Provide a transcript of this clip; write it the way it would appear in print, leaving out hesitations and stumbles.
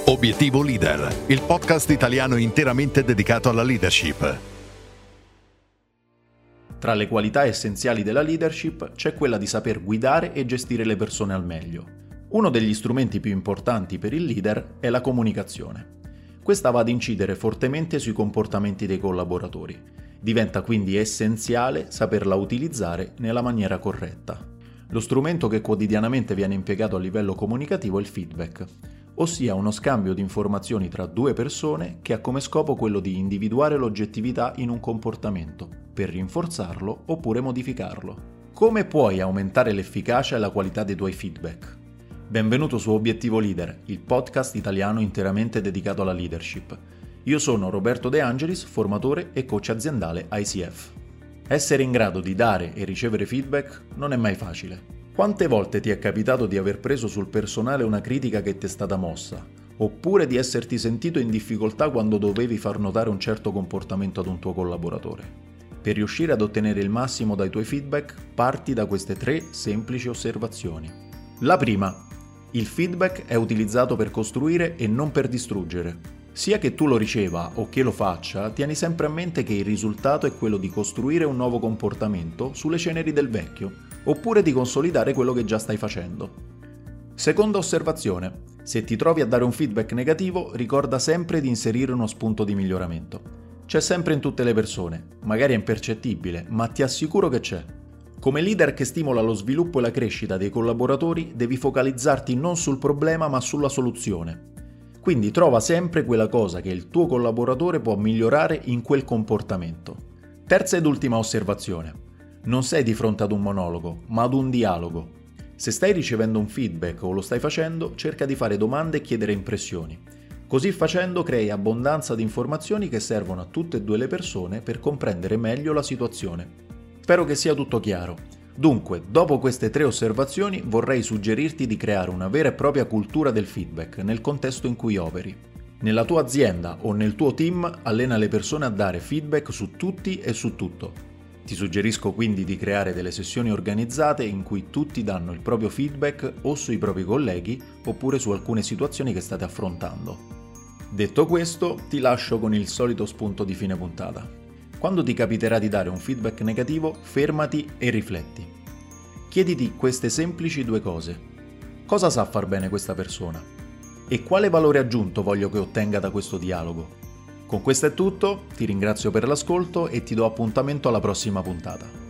Obiettivo Leader, il podcast italiano interamente dedicato alla leadership. Tra le qualità essenziali della leadership c'è quella di saper guidare e gestire le persone al meglio. Uno degli strumenti più importanti per il leader è la comunicazione. Questa va ad incidere fortemente sui comportamenti dei collaboratori. Diventa quindi essenziale saperla utilizzare nella maniera corretta. Lo strumento che quotidianamente viene impiegato a livello comunicativo è il feedback, ossia uno scambio di informazioni tra due persone che ha come scopo quello di individuare l'oggettività in un comportamento, per rinforzarlo oppure modificarlo. Come puoi aumentare l'efficacia e la qualità dei tuoi feedback? Benvenuto su Obiettivo Leader, il podcast italiano interamente dedicato alla leadership. Io sono Roberto De Angelis, formatore e coach aziendale ICF. Essere in grado di dare e ricevere feedback non è mai facile. Quante volte ti è capitato di aver preso sul personale una critica che ti è stata mossa, oppure di esserti sentito in difficoltà quando dovevi far notare un certo comportamento ad un tuo collaboratore? Per riuscire ad ottenere il massimo dai tuoi feedback, parti da queste 3 semplici osservazioni. La prima: il feedback è utilizzato per costruire e non per distruggere. Sia che tu lo riceva o che lo faccia, tieni sempre a mente che il risultato è quello di costruire un nuovo comportamento sulle ceneri del vecchio, oppure di consolidare quello che già stai facendo. Seconda osservazione: se ti trovi a dare un feedback negativo, ricorda sempre di inserire uno spunto di miglioramento. C'è sempre in tutte le persone, magari è impercettibile, ma ti assicuro che c'è. Come leader che stimola lo sviluppo e la crescita dei collaboratori, devi focalizzarti non sul problema ma sulla soluzione. Quindi trova sempre quella cosa che il tuo collaboratore può migliorare in quel comportamento. Terza ed ultima osservazione: non sei di fronte ad un monologo, ma ad un dialogo. Se stai ricevendo un feedback o lo stai facendo, cerca di fare domande e chiedere impressioni. Così facendo crei abbondanza di informazioni che servono a tutte e due le persone per comprendere meglio la situazione. Spero che sia tutto chiaro. Dunque, dopo queste 3 osservazioni, vorrei suggerirti di creare una vera e propria cultura del feedback nel contesto in cui operi. Nella tua azienda o nel tuo team, allena le persone a dare feedback su tutti e su tutto. Ti suggerisco quindi di creare delle sessioni organizzate in cui tutti danno il proprio feedback o sui propri colleghi oppure su alcune situazioni che state affrontando. Detto questo, ti lascio con il solito spunto di fine puntata. Quando ti capiterà di dare un feedback negativo, fermati e rifletti. Chiediti queste semplici 2 cose. Cosa sa far bene questa persona? E quale valore aggiunto voglio che ottenga da questo dialogo? Con questo è tutto, ti ringrazio per l'ascolto e ti do appuntamento alla prossima puntata.